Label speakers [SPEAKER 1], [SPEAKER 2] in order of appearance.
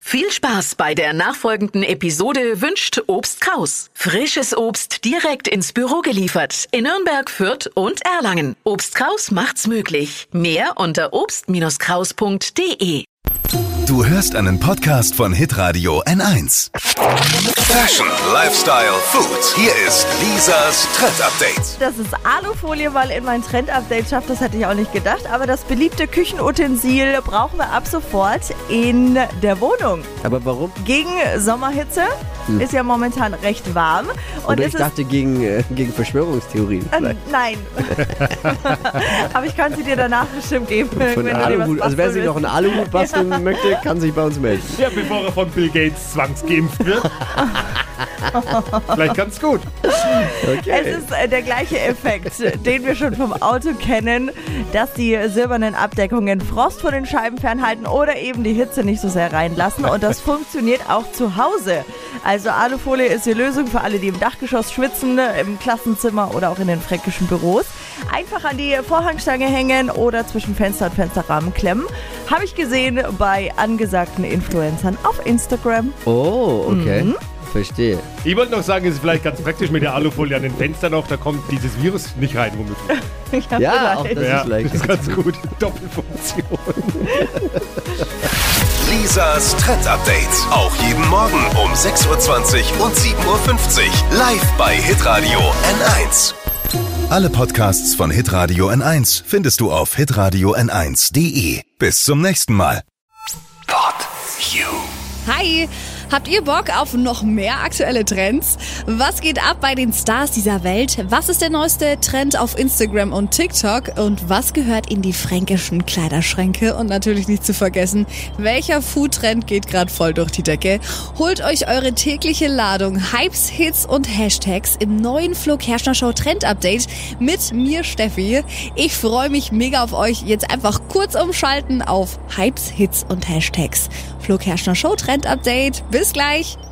[SPEAKER 1] Viel Spaß bei der nachfolgenden Episode wünscht Obst Kraus. Frisches Obst direkt ins Büro geliefert in Nürnberg, Fürth und Erlangen. Obst Kraus macht's möglich. Mehr unter obst-kraus.de.
[SPEAKER 2] Du hörst einen Podcast von Hitradio N1. Fashion, Lifestyle, Food. Hier ist Lisas Trend Update.
[SPEAKER 3] Dass es Alufolie mal in mein Trend-Update schafft, das hätte ich auch nicht gedacht. Aber das beliebte Küchenutensil brauchen wir ab sofort in der Wohnung.
[SPEAKER 4] Aber warum?
[SPEAKER 3] Gegen Sommerhitze ist ja momentan recht warm. Und
[SPEAKER 4] Oder ich dachte gegen Verschwörungstheorien.
[SPEAKER 3] Nein. Aber ich kann sie dir danach bestimmt geben.
[SPEAKER 4] Von Aluhut. Also wer sich noch einen Aluhut basteln möchte, kann sich bei uns melden.
[SPEAKER 5] Ja, bevor er von Bill Gates zwangsgeimpft wird. Vielleicht ganz gut.
[SPEAKER 3] Okay. Es ist der gleiche Effekt, den wir schon vom Auto kennen, dass die silbernen Abdeckungen Frost von den Scheiben fernhalten oder eben die Hitze nicht so sehr reinlassen. Und das funktioniert auch zu Hause. Also Alufolie ist die Lösung für alle, die im Dachgeschoss schwitzen, im Klassenzimmer oder auch in den fränkischen Büros. Einfach an die Vorhangstange hängen oder zwischen Fenster und Fensterrahmen klemmen. Habe ich gesehen bei angesagten Influencern auf Instagram.
[SPEAKER 4] Oh, okay. Verstehe.
[SPEAKER 5] Ich wollte noch sagen, es ist vielleicht ganz praktisch mit der Alufolie an den Fenstern noch, da kommt dieses Virus nicht rein, womöglich.
[SPEAKER 4] Ja, auch das ist leicht.
[SPEAKER 5] Das ist ganz gut. Doppelfunktion.
[SPEAKER 2] Lisas Trend Update. Auch jeden Morgen um 6.20 Uhr und 7.50 Uhr. Live bei Hitradio N1. Alle Podcasts von Hitradio N1 findest du auf hitradio n1.de. Bis zum nächsten Mal. Pod You.
[SPEAKER 6] Hi! Habt ihr Bock auf noch mehr aktuelle Trends? Was geht ab bei den Stars dieser Welt? Was ist der neueste Trend auf Instagram und TikTok? Und was gehört in die fränkischen Kleiderschränke? Und natürlich nicht zu vergessen, welcher Food-Trend geht gerade voll durch die Decke? Holt euch eure tägliche Ladung Hypes, Hits und Hashtags im neuen Flo Kerschner Show Trend Update mit mir, Steffi. Ich freue mich mega auf euch. Jetzt einfach kurz umschalten auf Hypes, Hits und Hashtags. Flo Kerschner Show Trend Update. Bis gleich!